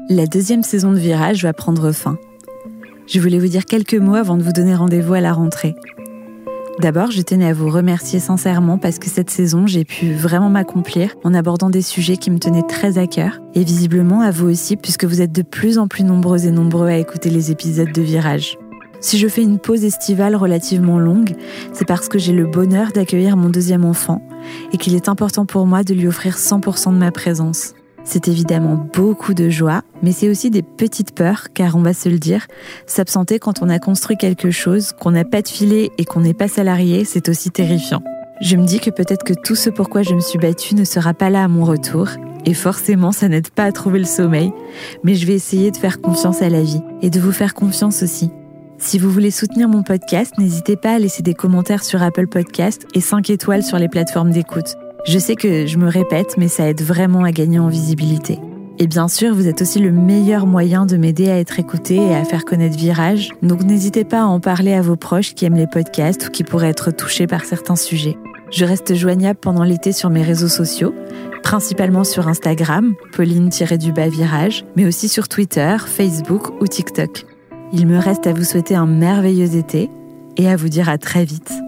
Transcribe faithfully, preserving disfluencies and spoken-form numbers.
La deuxième saison de Virage va prendre fin. Je voulais vous dire quelques mots avant de vous donner rendez-vous à la rentrée. D'abord, je tenais à vous remercier sincèrement parce que cette saison, j'ai pu vraiment m'accomplir en abordant des sujets qui me tenaient très à cœur. Et visiblement à vous aussi, puisque vous êtes de plus en plus nombreux et nombreux à écouter les épisodes de Virage. Si je fais une pause estivale relativement longue, c'est parce que j'ai le bonheur d'accueillir mon deuxième enfant et qu'il est important pour moi de lui offrir cent pour cent de ma présence. C'est évidemment beaucoup de joie, mais c'est aussi des petites peurs, car on va se le dire, s'absenter quand on a construit quelque chose, qu'on n'a pas de filet et qu'on n'est pas salarié, c'est aussi terrifiant. Je me dis que peut-être que tout ce pourquoi je me suis battue ne sera pas là à mon retour, et forcément ça n'aide pas à trouver le sommeil, mais je vais essayer de faire confiance à la vie, et de vous faire confiance aussi. Si vous voulez soutenir mon podcast, n'hésitez pas à laisser des commentaires sur Apple Podcasts et cinq étoiles sur les plateformes d'écoute. Je sais que je me répète, mais ça aide vraiment à gagner en visibilité. Et bien sûr, vous êtes aussi le meilleur moyen de m'aider à être écouté et à faire connaître Virage, donc n'hésitez pas à en parler à vos proches qui aiment les podcasts ou qui pourraient être touchés par certains sujets. Je reste joignable pendant l'été sur mes réseaux sociaux, principalement sur Instagram, Pauline-du-bas Virage, mais aussi sur Twitter, Facebook ou TikTok. Il me reste à vous souhaiter un merveilleux été et à vous dire à très vite.